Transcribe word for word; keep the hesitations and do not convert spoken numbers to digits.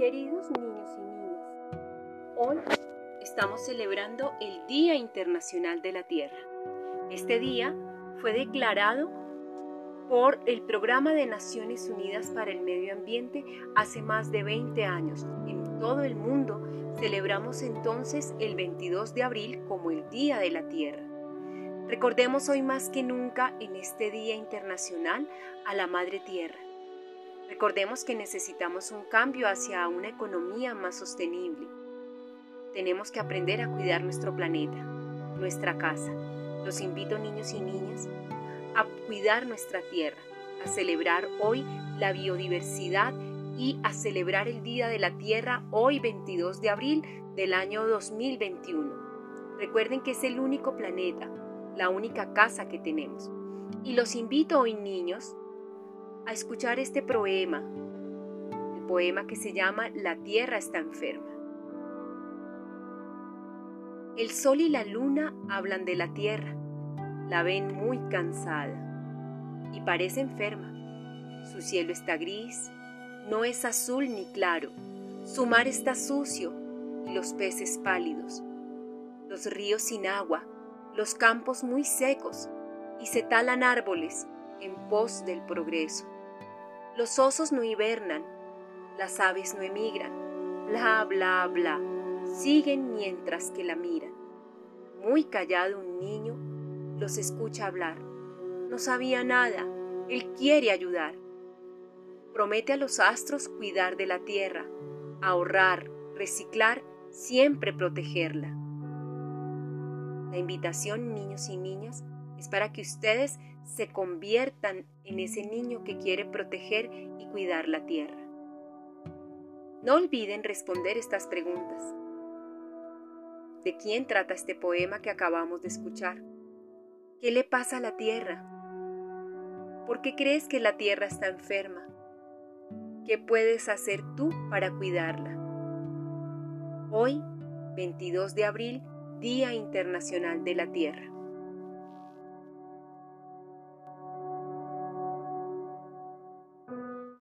Queridos niños y niñas, hoy estamos celebrando el Día Internacional de la Tierra. Este día fue declarado por el Programa de Naciones Unidas para el Medio Ambiente hace más de veinte años. En todo el mundo celebramos entonces el veintidós de abril como el Día de la Tierra. Recordemos hoy más que nunca en este Día Internacional a la Madre Tierra. Recordemos que necesitamos un cambio hacia una economía más sostenible. Tenemos que aprender a cuidar nuestro planeta, nuestra casa. Los invito, niños y niñas, a cuidar nuestra tierra, a celebrar hoy la biodiversidad y a celebrar el Día de la Tierra hoy veintidós de abril del año dos mil veintiuno. Recuerden que es el único planeta, la única casa que tenemos. Y los invito hoy, niños, a escuchar este poema, el poema que se llama La Tierra está enferma. El sol y la luna hablan de la tierra, la ven muy cansada y parece enferma. Su cielo está gris, no es azul ni claro, su mar está sucio y los peces pálidos, los ríos sin agua, los campos muy secos y se talan árboles en pos del progreso. Los osos no hibernan, las aves no emigran, bla, bla, bla, siguen mientras que la miran. Muy callado un niño los escucha hablar. No sabía nada, él quiere ayudar. Promete a los astros cuidar de la tierra, ahorrar, reciclar, siempre protegerla. La invitación, niños y niñas, es para que ustedes se conviertan en ese niño que quiere proteger y cuidar la tierra. No olviden responder estas preguntas. ¿De quién trata este poema que acabamos de escuchar? ¿Qué le pasa a la tierra? ¿Por qué crees que la tierra está enferma? ¿Qué puedes hacer tú para cuidarla? Hoy, veintidós de abril, Día Internacional de la Tierra.